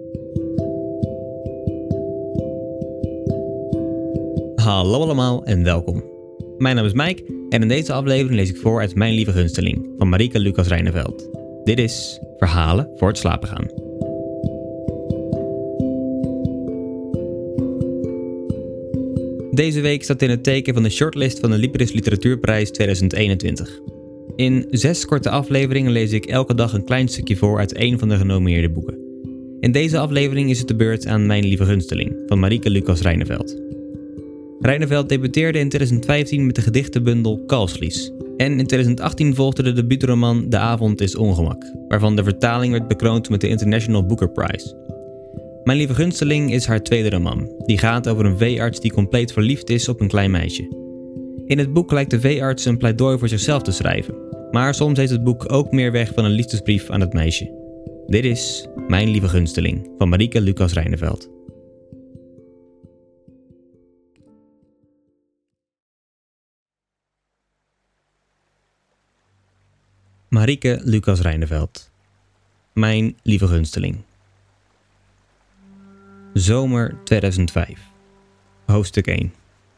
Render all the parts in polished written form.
Hallo allemaal en welkom. Mijn naam is Mike en in deze aflevering lees ik voor uit Mijn Lieve Gunsteling van Marieke Lucas Rijneveld. Dit is Verhalen voor het slapen gaan. Deze week staat in het teken van de shortlist van de Libris Literatuurprijs 2021. In 6 korte afleveringen lees ik elke dag een klein stukje voor uit één van de genomineerde boeken. In deze aflevering is het de beurt aan Mijn Lieve Gunsteling van Marieke Lucas Rijneveld. Rijneveld debuteerde in 2015 met de gedichtenbundel Kalfsvlies. En in 2018 volgde de debuutroman De Avond is Ongemak, waarvan de vertaling werd bekroond met de International Booker Prize. Mijn Lieve Gunsteling is haar tweede roman, die gaat over een veearts die compleet verliefd is op een klein meisje. In het boek lijkt de veearts een pleidooi voor zichzelf te schrijven, maar soms heeft het boek ook meer weg van een liefdesbrief aan het meisje. Dit is Mijn Lieve Gunsteling van Marieke Lucas Rijneveld. Marieke Lucas Rijneveld. Mijn Lieve Gunsteling. Zomer 2005. Hoofdstuk 1.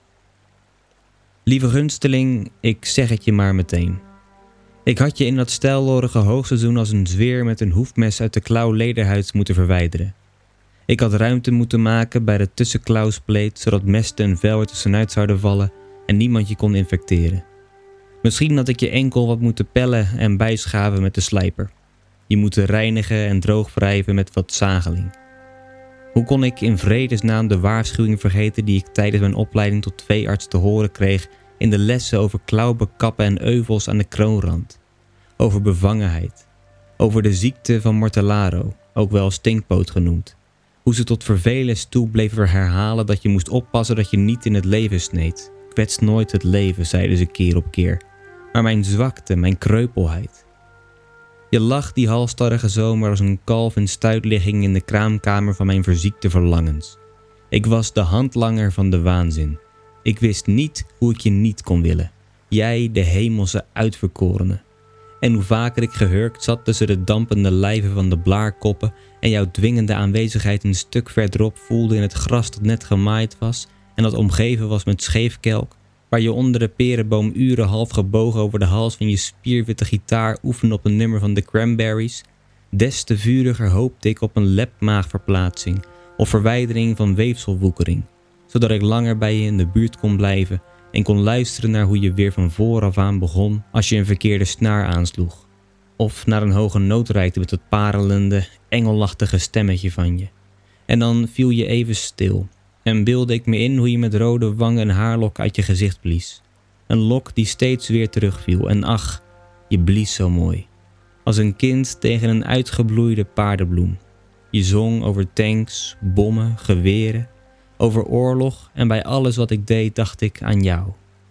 Lieve Gunsteling, ik zeg het je maar meteen. Ik had je in dat stijlorige hoogseizoen als een zweer met een hoefmes uit de klauw lederhuid moeten verwijderen. Ik had ruimte moeten maken bij de tussenklauwspleet, zodat mesten en vel er tussenuit zouden vallen en niemand je kon infecteren. Misschien had ik je enkel wat moeten pellen en bijschaven met de slijper. Je moeten reinigen en droogwrijven met wat zageling. Hoe kon ik in vredesnaam de waarschuwing vergeten die ik tijdens mijn opleiding tot veearts te horen kreeg in de lessen over klauwen, kappen en euvels aan de kroonrand? Over bevangenheid. Over de ziekte van Mortellaro, ook wel stinkpoot genoemd. Hoe ze tot vervelens toe bleven herhalen dat je moest oppassen dat je niet in het leven sneed. Kwets nooit het leven, zeiden ze keer op keer. Maar mijn zwakte, mijn kreupelheid. Je lag die halstarrige zomer als een kalf in stuitligging in de kraamkamer van mijn verziekte verlangens. Ik was de handlanger van de waanzin. Ik wist niet hoe ik je niet kon willen. Jij, de hemelse uitverkorene. En hoe vaker ik gehurkt zat tussen de dampende lijven van de blaarkoppen en jouw dwingende aanwezigheid een stuk verderop voelde in het gras dat net gemaaid was en dat omgeven was met scheefkelk, waar je onder de perenboom uren half gebogen over de hals van je spierwitte gitaar oefende op een nummer van de Cranberries, des te vuriger hoopte ik op een lepmaagverplaatsing of verwijdering van weefselwoekering, zodat ik langer bij je in de buurt kon blijven en kon luisteren naar hoe je weer van vooraf aan begon als je een verkeerde snaar aansloeg, of naar een hoge noot reikte met het parelende, engelachtige stemmetje van je. En dan viel je even stil en beeldde ik me in hoe je met rode wangen een haarlok uit je gezicht blies. Een lok die steeds weer terugviel en ach, je blies zo mooi. Als een kind tegen een uitgebloeide paardenbloem. Je zong over tanks, bommen, geweren, over oorlog en bij alles wat ik deed dacht ik aan jou.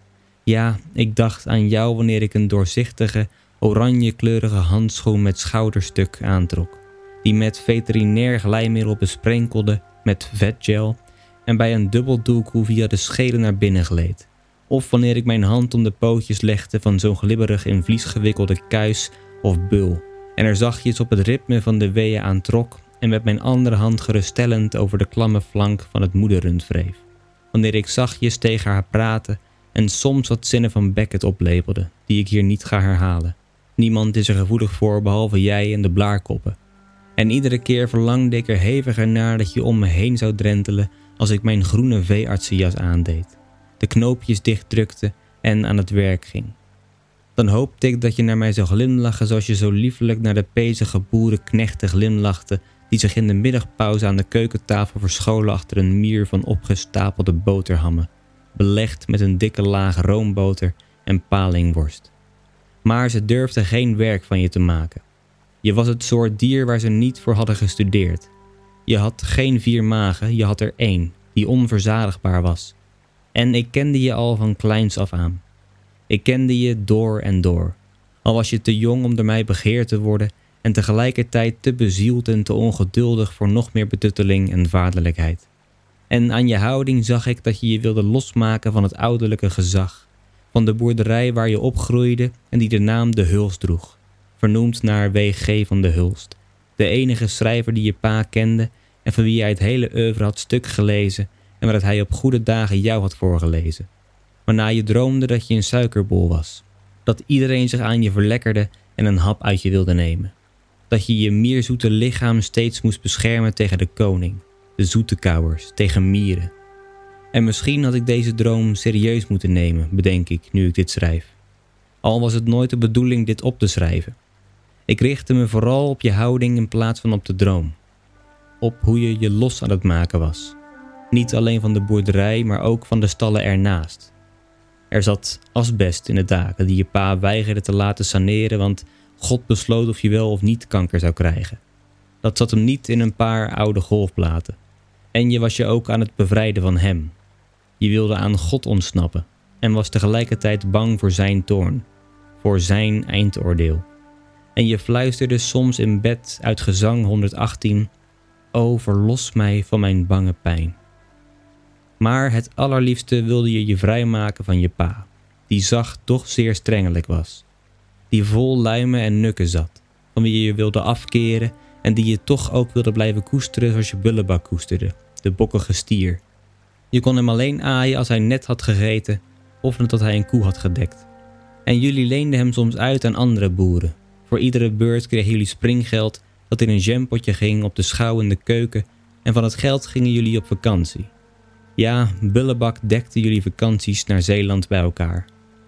Ja, ik dacht aan jou wanneer ik een doorzichtige, oranjekleurige handschoen met schouderstuk aantrok, die met veterinair glijmiddel besprenkelde met vetgel en bij een dubbeldoekoe via de scheden naar binnen gleed. Of wanneer ik mijn hand om de pootjes legde van zo'n glibberig in vlies gewikkelde kuis of bul en er zachtjes op het ritme van de weeën aantrok en met mijn andere hand geruststellend over de klamme flank van het moederrund wreef. Wanneer ik zachtjes tegen haar praatte en soms wat zinnen van Beckett oplepelde, die ik hier niet ga herhalen. Niemand is er gevoelig voor behalve jij en de blaarkoppen. En iedere keer verlangde ik er heviger naar dat je om me heen zou drentelen als ik mijn groene veeartsenjas aandeed, de knoopjes dichtdrukte en aan het werk ging. Dan hoopte ik dat je naar mij zou glimlachen zoals je zo liefelijk naar de pezige boerenknechten glimlachte die zich in de middagpauze aan de keukentafel verscholen achter een mier van opgestapelde boterhammen, belegd met een dikke laag roomboter en palingworst. Maar ze durfden geen werk van je te maken. Je was het soort dier waar ze niet voor hadden gestudeerd. Je had geen 4 magen, je had er 1, die onverzadigbaar was. En ik kende je al van kleins af aan. Ik kende je door en door. Al was je te jong om door mij begeerd te worden en tegelijkertijd te bezield en te ongeduldig voor nog meer betutteling en vaderlijkheid. En aan je houding zag ik dat je je wilde losmaken van het ouderlijke gezag, van de boerderij waar je opgroeide en die de naam De Hulst droeg, vernoemd naar W.G. van de Hulst, de enige schrijver die je pa kende en van wie hij het hele oeuvre had stuk gelezen en waaruit hij op goede dagen jou had voorgelezen. Waarna je droomde dat je een suikerbol was, dat iedereen zich aan je verlekkerde en een hap uit je wilde nemen. Dat je je mierzoete lichaam steeds moest beschermen tegen de koning, de zoete kauwers, tegen mieren. En misschien had ik deze droom serieus moeten nemen, bedenk ik nu ik dit schrijf. Al was het nooit de bedoeling dit op te schrijven. Ik richtte me vooral op je houding in plaats van op de droom. Op hoe je je los aan het maken was. Niet alleen van de boerderij, maar ook van de stallen ernaast. Er zat asbest in de daken die je pa weigerde te laten saneren, want God besloot of je wel of niet kanker zou krijgen. Dat zat hem niet in een paar oude golfplaten. En je was je ook aan het bevrijden van hem. Je wilde aan God ontsnappen en was tegelijkertijd bang voor zijn toorn, voor zijn eindoordeel. En je fluisterde soms in bed uit gezang 118, O verlos mij van mijn bange pijn. Maar het allerliefste wilde je je vrijmaken van je pa, die zacht toch zeer strengelijk was. Die vol luimen en nukken zat, van wie je je wilde afkeren en die je toch ook wilde blijven koesteren zoals je Bullebak koesterde, de bokkige stier. Je kon hem alleen aaien als hij net had gegeten of nadat hij een koe had gedekt. En jullie leenden hem soms uit aan andere boeren. Voor iedere beurt kregen jullie springgeld dat in een jampotje ging op de schouw in de keuken en van het geld gingen jullie op vakantie. Ja, Bullebak dekte jullie vakanties naar Zeeland bij elkaar.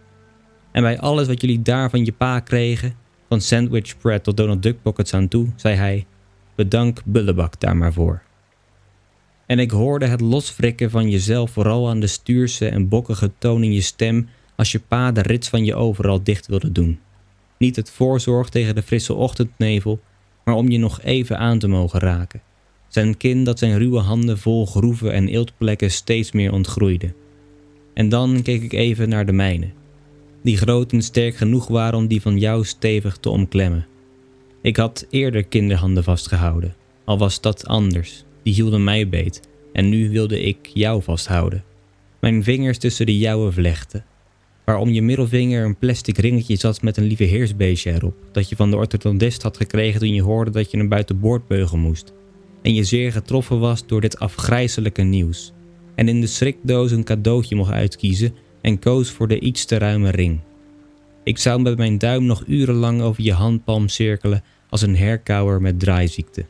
En bij alles wat jullie daar van je pa kregen, van sandwich spread tot Donald Duck pockets aan toe, zei hij, bedank Bullebak daar maar voor. En ik hoorde het loswrikken van jezelf vooral aan de stuurse en bokkige toon in je stem als je pa de rits van je overal dicht wilde doen. Niet het voorzorg tegen de frisse ochtendnevel, maar om je nog even aan te mogen raken. Zijn kin dat zijn ruwe handen vol groeven en eeltplekken steeds meer ontgroeide. En dan keek ik even naar de mijne, die groot en sterk genoeg waren om die van jou stevig te omklemmen. Ik had eerder kinderhanden vastgehouden, al was dat anders. Die hielden mij beet en nu wilde ik jou vasthouden. Mijn vingers tussen de jouwe vlechten, waar om je middelvinger een plastic ringetje zat met een lieve heersbeestje erop, dat je van de orthodontist had gekregen toen je hoorde dat je hem buiten boord beugel moest. En je zeer getroffen was door dit afgrijselijke nieuws. En in de schrikdoos een cadeautje mocht uitkiezen en koos voor de iets te ruime ring. Ik zou met mijn duim nog urenlang over je handpalm cirkelen als een herkauwer met draaiziekte.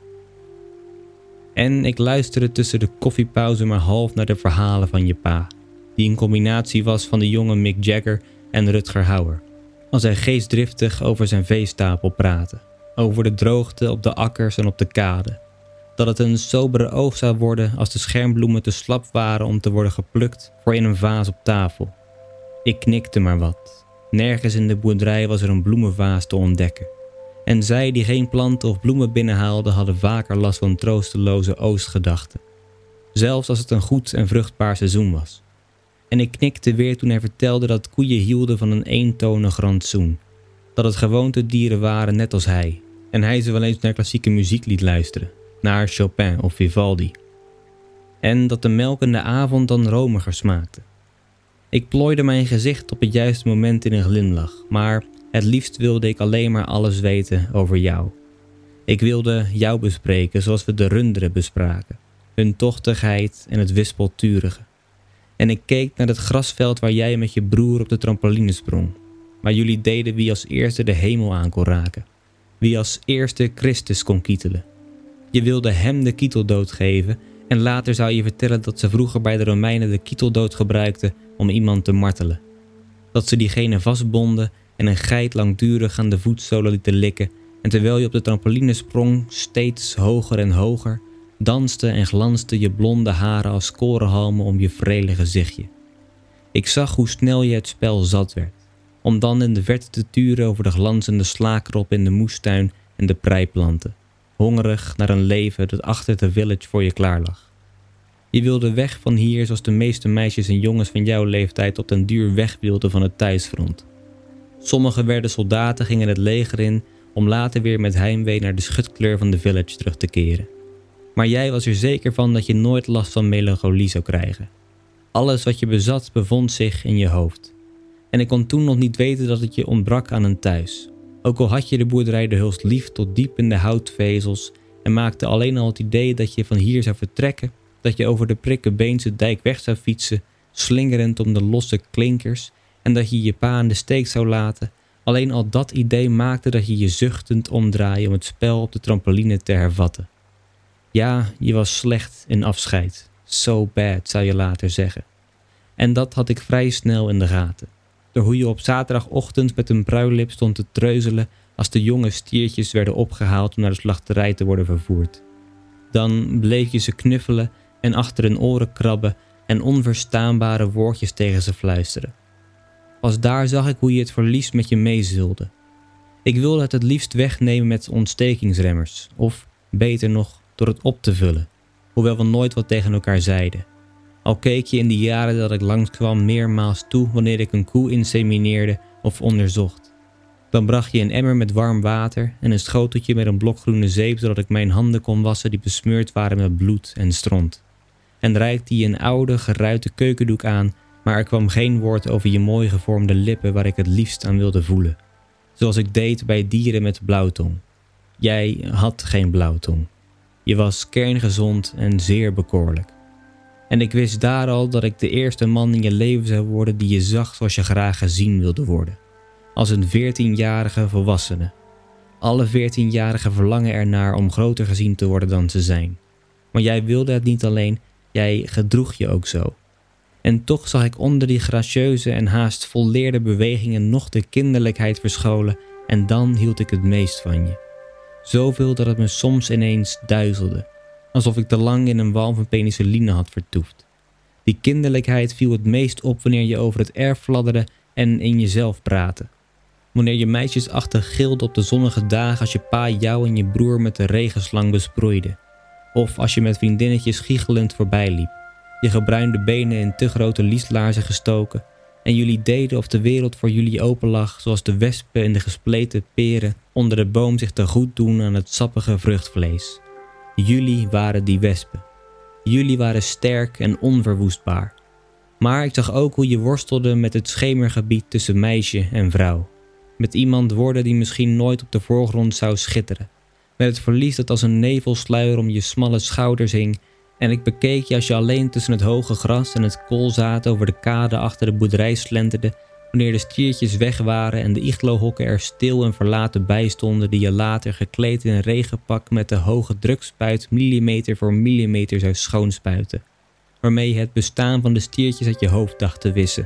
En ik luisterde tussen de koffiepauze maar half naar de verhalen van je pa, die een combinatie was van de jonge Mick Jagger en Rutger Hauer, als hij geestdriftig over zijn veestapel praatte, over de droogte op de akkers en op de kade, dat het een sobere oogst zou worden als de schermbloemen te slap waren om te worden geplukt voor in een vaas op tafel. Ik knikte maar wat. Nergens in de boerderij was er een bloemenvaas te ontdekken. En zij die geen planten of bloemen binnenhaalden hadden vaker last van troosteloze oostgedachten. Zelfs als het een goed en vruchtbaar seizoen was. En ik knikte weer toen hij vertelde dat koeien hielden van een eentonig rantsoen. Dat het gewoontedieren waren net als hij. En hij ze wel eens naar klassieke muziek liet luisteren. Naar Chopin of Vivaldi. En dat de melk in de avond dan romiger smaakte. Ik plooide mijn gezicht op het juiste moment in een glimlach, maar het liefst wilde ik alleen maar alles weten over jou. Ik wilde jou bespreken zoals we de runderen bespraken, hun tochtigheid en het wispelturige. En ik keek naar het grasveld waar jij met je broer op de trampoline sprong, waar jullie deden wie als eerste de hemel aan kon raken, wie als eerste Christus kon kietelen. Je wilde hem de kieteldood geven en later zou je vertellen dat ze vroeger bij de Romeinen de kieteldood gebruikten om iemand te martelen. Dat ze diegene vastbonden en een geit langdurig aan de voetzolen lieten likken en terwijl je op de trampoline sprong, steeds hoger en hoger, danste en glanste je blonde haren als korenhalmen om je vrele gezichtje. Ik zag hoe snel je het spel zat werd, om dan in de verte te turen over de glanzende slaakrop in de moestuin en de preiplanten, hongerig naar een leven dat achter de village voor je klaar lag. Je wilde weg van hier zoals de meeste meisjes en jongens van jouw leeftijd op den duur weg wilden van het thuisfront. Sommigen werden soldaten, gingen het leger in om later weer met heimwee naar de schutkleur van de village terug te keren. Maar jij was er zeker van dat je nooit last van melancholie zou krijgen. Alles wat je bezat bevond zich in je hoofd. En ik kon toen nog niet weten dat het je ontbrak aan een thuis. Ook al had je de boerderij de Hulst lief tot diep in de houtvezels en maakte alleen al het idee dat je van hier zou vertrekken, dat je over de Prikkebeense dijk weg zou fietsen, slingerend om de losse klinkers, en dat je je pa in de steek zou laten. Alleen al dat idee maakte dat je je zuchtend omdraaide om het spel op de trampoline te hervatten. Ja, je was slecht in afscheid. So bad, zou je later zeggen. En dat had ik vrij snel in de gaten. Door hoe je op zaterdagochtend met een bruilip stond te treuzelen als de jonge stiertjes werden opgehaald om naar de slachterij te worden vervoerd. Dan bleef je ze knuffelen en achter hun oren krabben en onverstaanbare woordjes tegen ze fluisteren. Pas daar zag ik hoe je het verlies met je meezulde. Ik wilde het liefst wegnemen met ontstekingsremmers, of beter nog, door het op te vullen, hoewel we nooit wat tegen elkaar zeiden. Al keek je in de jaren dat ik langskwam meermaals toe wanneer ik een koe insemineerde of onderzocht. Dan bracht je een emmer met warm water en een schoteltje met een blok groene zeep zodat ik mijn handen kon wassen die besmeurd waren met bloed en stront. En reikte je een oude, geruite keukendoek aan, maar er kwam geen woord over je mooi gevormde lippen waar ik het liefst aan wilde voelen. Zoals ik deed bij dieren met blauwtong. Jij had geen blauwtong. Je was kerngezond en zeer bekoorlijk. En ik wist daar al dat ik de eerste man in je leven zou worden die je zag zoals je graag gezien wilde worden. Als een 14-jarige volwassene. Alle 14-jarigen verlangen ernaar om groter gezien te worden dan ze zijn. Maar jij wilde het niet alleen, jij gedroeg je ook zo. En toch zag ik onder die gracieuze en haast volleerde bewegingen nog de kinderlijkheid verscholen en dan hield ik het meest van je. Zoveel dat het me soms ineens duizelde. Alsof ik te lang in een walm van penicilline had vertoefd. Die kinderlijkheid viel het meest op wanneer je over het erf fladderde en in jezelf praatte. Wanneer je meisjesachtig gilde op de zonnige dagen als je pa jou en je broer met de regenslang besproeide. Of als je met vriendinnetjes giechelend voorbij liep. Je gebruinde benen in te grote lieslaarzen gestoken. En jullie deden of de wereld voor jullie open lag zoals de wespen in de gespleten peren onder de boom zich te goed doen aan het sappige vruchtvlees. Jullie waren die wespen. Jullie waren sterk en onverwoestbaar. Maar ik zag ook hoe je worstelde met het schemergebied tussen meisje en vrouw. Met iemand worden die misschien nooit op de voorgrond zou schitteren. Met het verlies dat als een nevelsluier om je smalle schouders hing. En ik bekeek je als je alleen tussen het hoge gras en het koolzaad over de kade achter de boerderij slenterde, wanneer de stiertjes weg waren en de iglohokken er stil en verlaten bij stonden die je later gekleed in een regenpak met de hoge drukspuit millimeter voor millimeter zou schoonspuiten, waarmee je het bestaan van de stiertjes uit je hoofd dacht te wissen.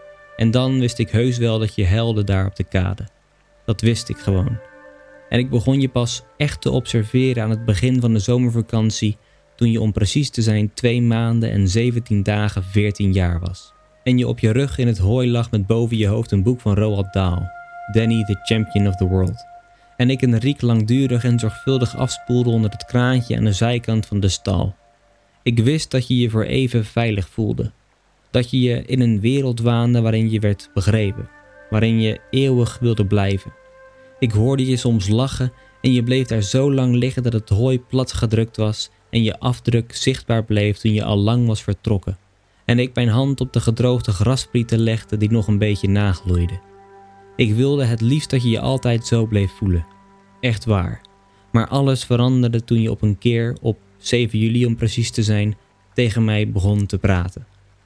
En dan wist ik heus wel dat je huilde daar op de kade. Dat wist ik gewoon. En ik begon je pas echt te observeren aan het begin van de zomervakantie, toen je om precies te zijn 2 maanden en 17 dagen 14 jaar was. En je op je rug in het hooi lag met boven je hoofd een boek van Roald Dahl, Danny the Champion of the World. En ik een riek langdurig en zorgvuldig afspoelde onder het kraantje aan de zijkant van de stal. Ik wist dat je je voor even veilig voelde. Dat je je in een wereld waande waarin je werd begrepen. Waarin je eeuwig wilde blijven. Ik hoorde je soms lachen en je bleef daar zo lang liggen dat het hooi plat gedrukt was en je afdruk zichtbaar bleef toen je al lang was vertrokken. En ik mijn hand op de gedroogde grassprieten legde die nog een beetje nagloeide. Ik wilde het liefst dat je je altijd zo bleef voelen. Echt waar. Maar alles veranderde toen je op een keer, op 7 juli om precies te zijn, tegen mij begon te praten.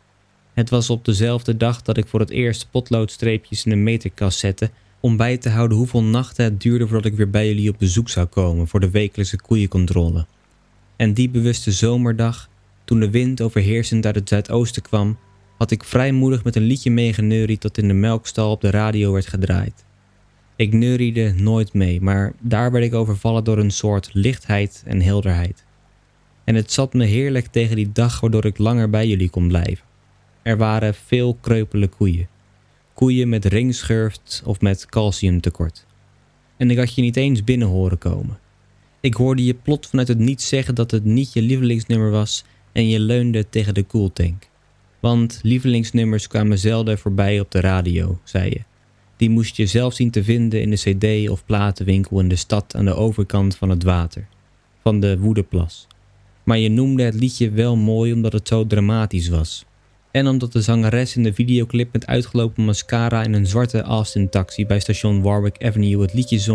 Het was op dezelfde dag dat ik voor het eerst potloodstreepjes in een meterkast zette om bij te houden hoeveel nachten het duurde voordat ik weer bij jullie op bezoek zou komen voor de wekelijkse koeiencontrole. En die bewuste zomerdag, toen de wind overheersend uit het zuidoosten kwam, had ik vrijmoedig met een liedje meegeneuried dat in de melkstal op de radio werd gedraaid. Ik neuriede nooit mee, maar daar werd ik overvallen door een soort lichtheid en helderheid. En het zat me heerlijk tegen die dag waardoor ik langer bij jullie kon blijven. Er waren veel kreupele koeien. Koeien met ringschurft of met calciumtekort. En ik had je niet eens binnen horen komen. Ik hoorde je plot vanuit het niets zeggen dat het niet je lievelingsnummer was en je leunde tegen de koeltank. Want lievelingsnummers kwamen zelden voorbij op de radio, zei je. Die moest je zelf zien te vinden in de cd- of platenwinkel in de stad aan de overkant van het water. Van de Woederplas. Maar je noemde het liedje wel mooi omdat het zo dramatisch was. En omdat de zangeres in de videoclip met uitgelopen mascara in een zwarte Austin taxi bij station Warwick Avenue het liedje zong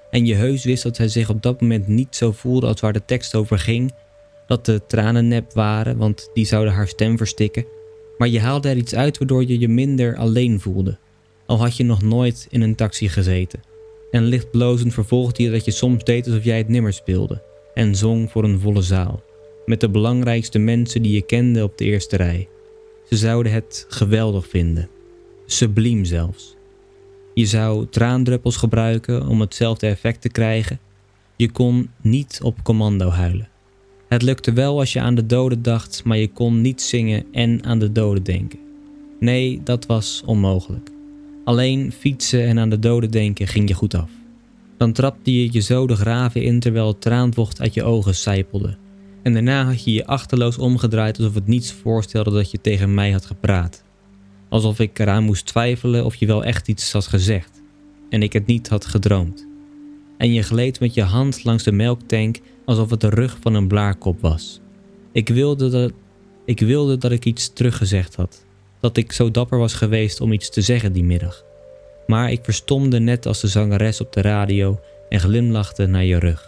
en je heus wist dat zij zich op dat moment niet zo voelde als waar de tekst over ging, dat de tranen nep waren, want die zouden haar stem verstikken, maar je haalde er iets uit waardoor je je minder alleen voelde, al had je nog nooit in een taxi gezeten. En licht blozend vervolgde je dat je soms deed alsof jij het nummer speelde en zong voor een volle zaal, met de belangrijkste mensen die je kende op de eerste rij. Ze zouden het geweldig vinden, subliem zelfs. Je zou traandruppels gebruiken om hetzelfde effect te krijgen. Je kon niet op commando huilen. Het lukte wel als je aan de doden dacht, maar je kon niet zingen en aan de doden denken. Nee, dat was onmogelijk. Alleen fietsen en aan de doden denken ging je goed af. Dan trapte je je zo de graven in terwijl het traanvocht uit je ogen sijpelde. En daarna had je je achterloos omgedraaid alsof het niets voorstelde dat je tegen mij had gepraat. Alsof ik eraan moest twijfelen of je wel echt iets had gezegd. En ik het niet had gedroomd. En je gleed met je hand langs de melktank alsof het de rug van een blaarkop was. Ik wilde dat ik iets teruggezegd had. Dat ik zo dapper was geweest om iets te zeggen die middag. Maar ik verstomde net als de zangeres op de radio en glimlachte naar je rug.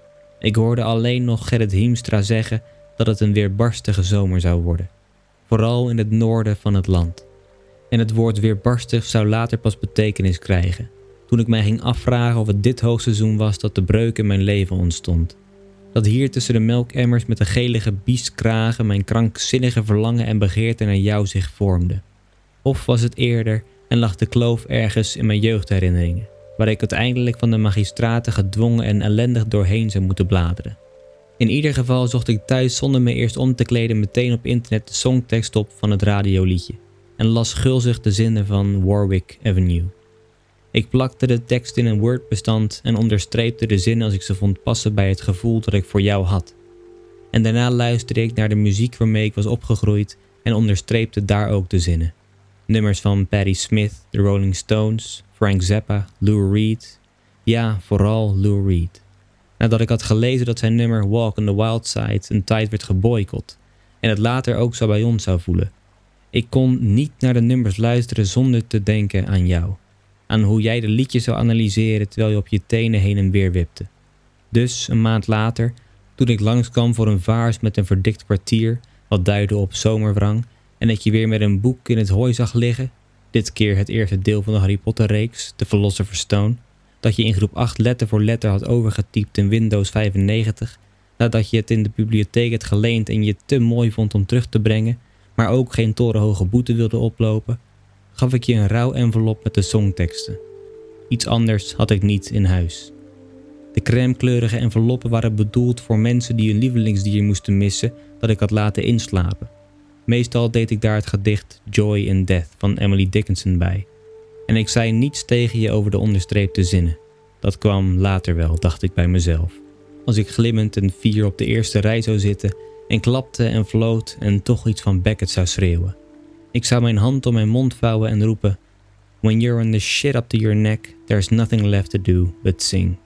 Ik hoorde alleen nog Gerrit Hiemstra zeggen dat het een weerbarstige zomer zou worden. Vooral in het noorden van het land. En het woord weerbarstig zou later pas betekenis krijgen. Toen ik mij ging afvragen of het dit hoogseizoen was dat de breuk in mijn leven ontstond. Dat hier tussen de melkemmers met de gelige bieskragen mijn krankzinnige verlangen en begeerte naar jou zich vormde. Of was het eerder en lag de kloof ergens in mijn jeugdherinneringen, waar ik uiteindelijk van de magistraten gedwongen en ellendig doorheen zou moeten bladeren. In ieder geval zocht ik thuis zonder me eerst om te kleden meteen op internet de songtekst op van het radioliedje en las gulzig de zinnen van Warwick Avenue. Ik plakte de tekst in een Word-bestand en onderstreepte de zinnen als ik ze vond passen bij het gevoel dat ik voor jou had. En daarna luisterde ik naar de muziek waarmee ik was opgegroeid en onderstreepte daar ook de zinnen. Nummers van Patti Smith, The Rolling Stones, Frank Zappa, Lou Reed. Ja, vooral Lou Reed. Nadat ik had gelezen dat zijn nummer Walk on the Wild Side een tijd werd geboycott en het later ook zo bij ons zou voelen. Ik kon niet naar de nummers luisteren zonder te denken aan jou. Aan hoe jij de liedjes zou analyseren terwijl je op je tenen heen en weer wipte. Dus een maand later, toen ik langskwam voor een vaars met een verdikt kwartier, wat duidde op zomerwrang, en ik je weer met een boek in het hooi zag liggen, dit keer het eerste deel van de Harry Potter reeks, The Philosopher's Stone, dat je in groep 8 letter voor letter had overgetypt in Windows 95, nadat je het in de bibliotheek had geleend en je het te mooi vond om terug te brengen, maar ook geen torenhoge boete wilde oplopen, gaf ik je een rouw envelop met de songteksten. Iets anders had ik niet in huis. De crèmekleurige enveloppen waren bedoeld voor mensen die hun lievelingsdier moesten missen dat ik had laten inslapen. Meestal deed ik daar het gedicht Joy in Death van Emily Dickinson bij. En ik zei niets tegen je over de onderstreepte zinnen. Dat kwam later wel, dacht ik bij mezelf. Als ik glimmend en fier op de eerste rij zou zitten en klapte en floot en toch iets van Beckett zou schreeuwen. Ik zou mijn hand om mijn mond vouwen en roepen: When you're in the shit up to your neck, there's nothing left to do but sing.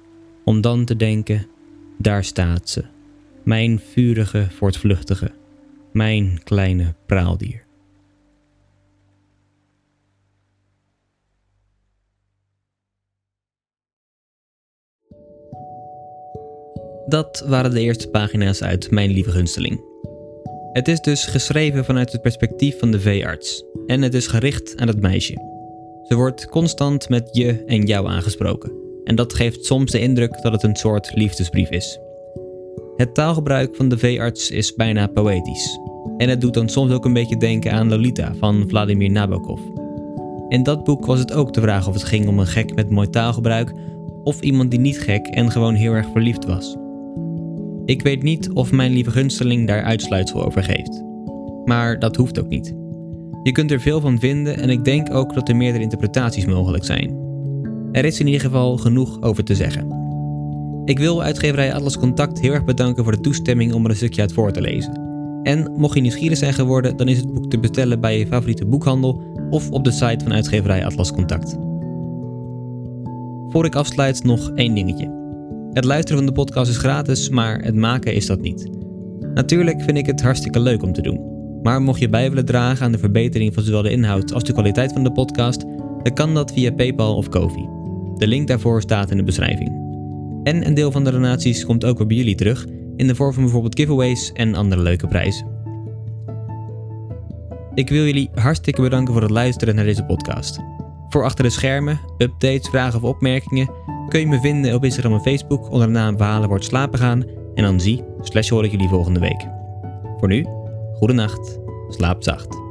Om dan te denken, daar staat ze. Mijn vurige voortvluchtige. Mijn kleine praaldier. Dat waren de eerste pagina's uit Mijn Lieve Gunsteling. Het is dus geschreven vanuit het perspectief van de veearts en het is gericht aan het meisje. Ze wordt constant met je en jou aangesproken en dat geeft soms de indruk dat het een soort liefdesbrief is. Het taalgebruik van de veearts is bijna poëtisch en het doet dan soms ook een beetje denken aan Lolita van Vladimir Nabokov. In dat boek was het ook de vraag of het ging om een gek met mooi taalgebruik of iemand die niet gek en gewoon heel erg verliefd was. Ik weet niet of Mijn Lieve Gunsteling daar uitsluitsel over geeft. Maar dat hoeft ook niet. Je kunt er veel van vinden en ik denk ook dat er meerdere interpretaties mogelijk zijn. Er is in ieder geval genoeg over te zeggen. Ik wil uitgeverij Atlas Contact heel erg bedanken voor de toestemming om er een stukje uit voor te lezen. En mocht je nieuwsgierig zijn geworden, dan is het boek te bestellen bij je favoriete boekhandel of op de site van uitgeverij Atlas Contact. Voor ik afsluit nog één dingetje. Het luisteren van de podcast is gratis, maar het maken is dat niet. Natuurlijk vind ik het hartstikke leuk om te doen. Maar mocht je bij willen dragen aan de verbetering van zowel de inhoud als de kwaliteit van de podcast, dan kan dat via PayPal of Ko-fi. De link daarvoor staat in de beschrijving. En een deel van de donaties komt ook weer bij jullie terug in de vorm van bijvoorbeeld giveaways en andere leuke prijzen. Ik wil jullie hartstikke bedanken voor het luisteren naar deze podcast. Voor achter de schermen, updates, vragen of opmerkingen kun je me vinden op Instagram en Facebook onder de naam Verhalen wordt slapen gaan en dan hoor ik jullie volgende week. Voor nu, goedenacht, slaap zacht.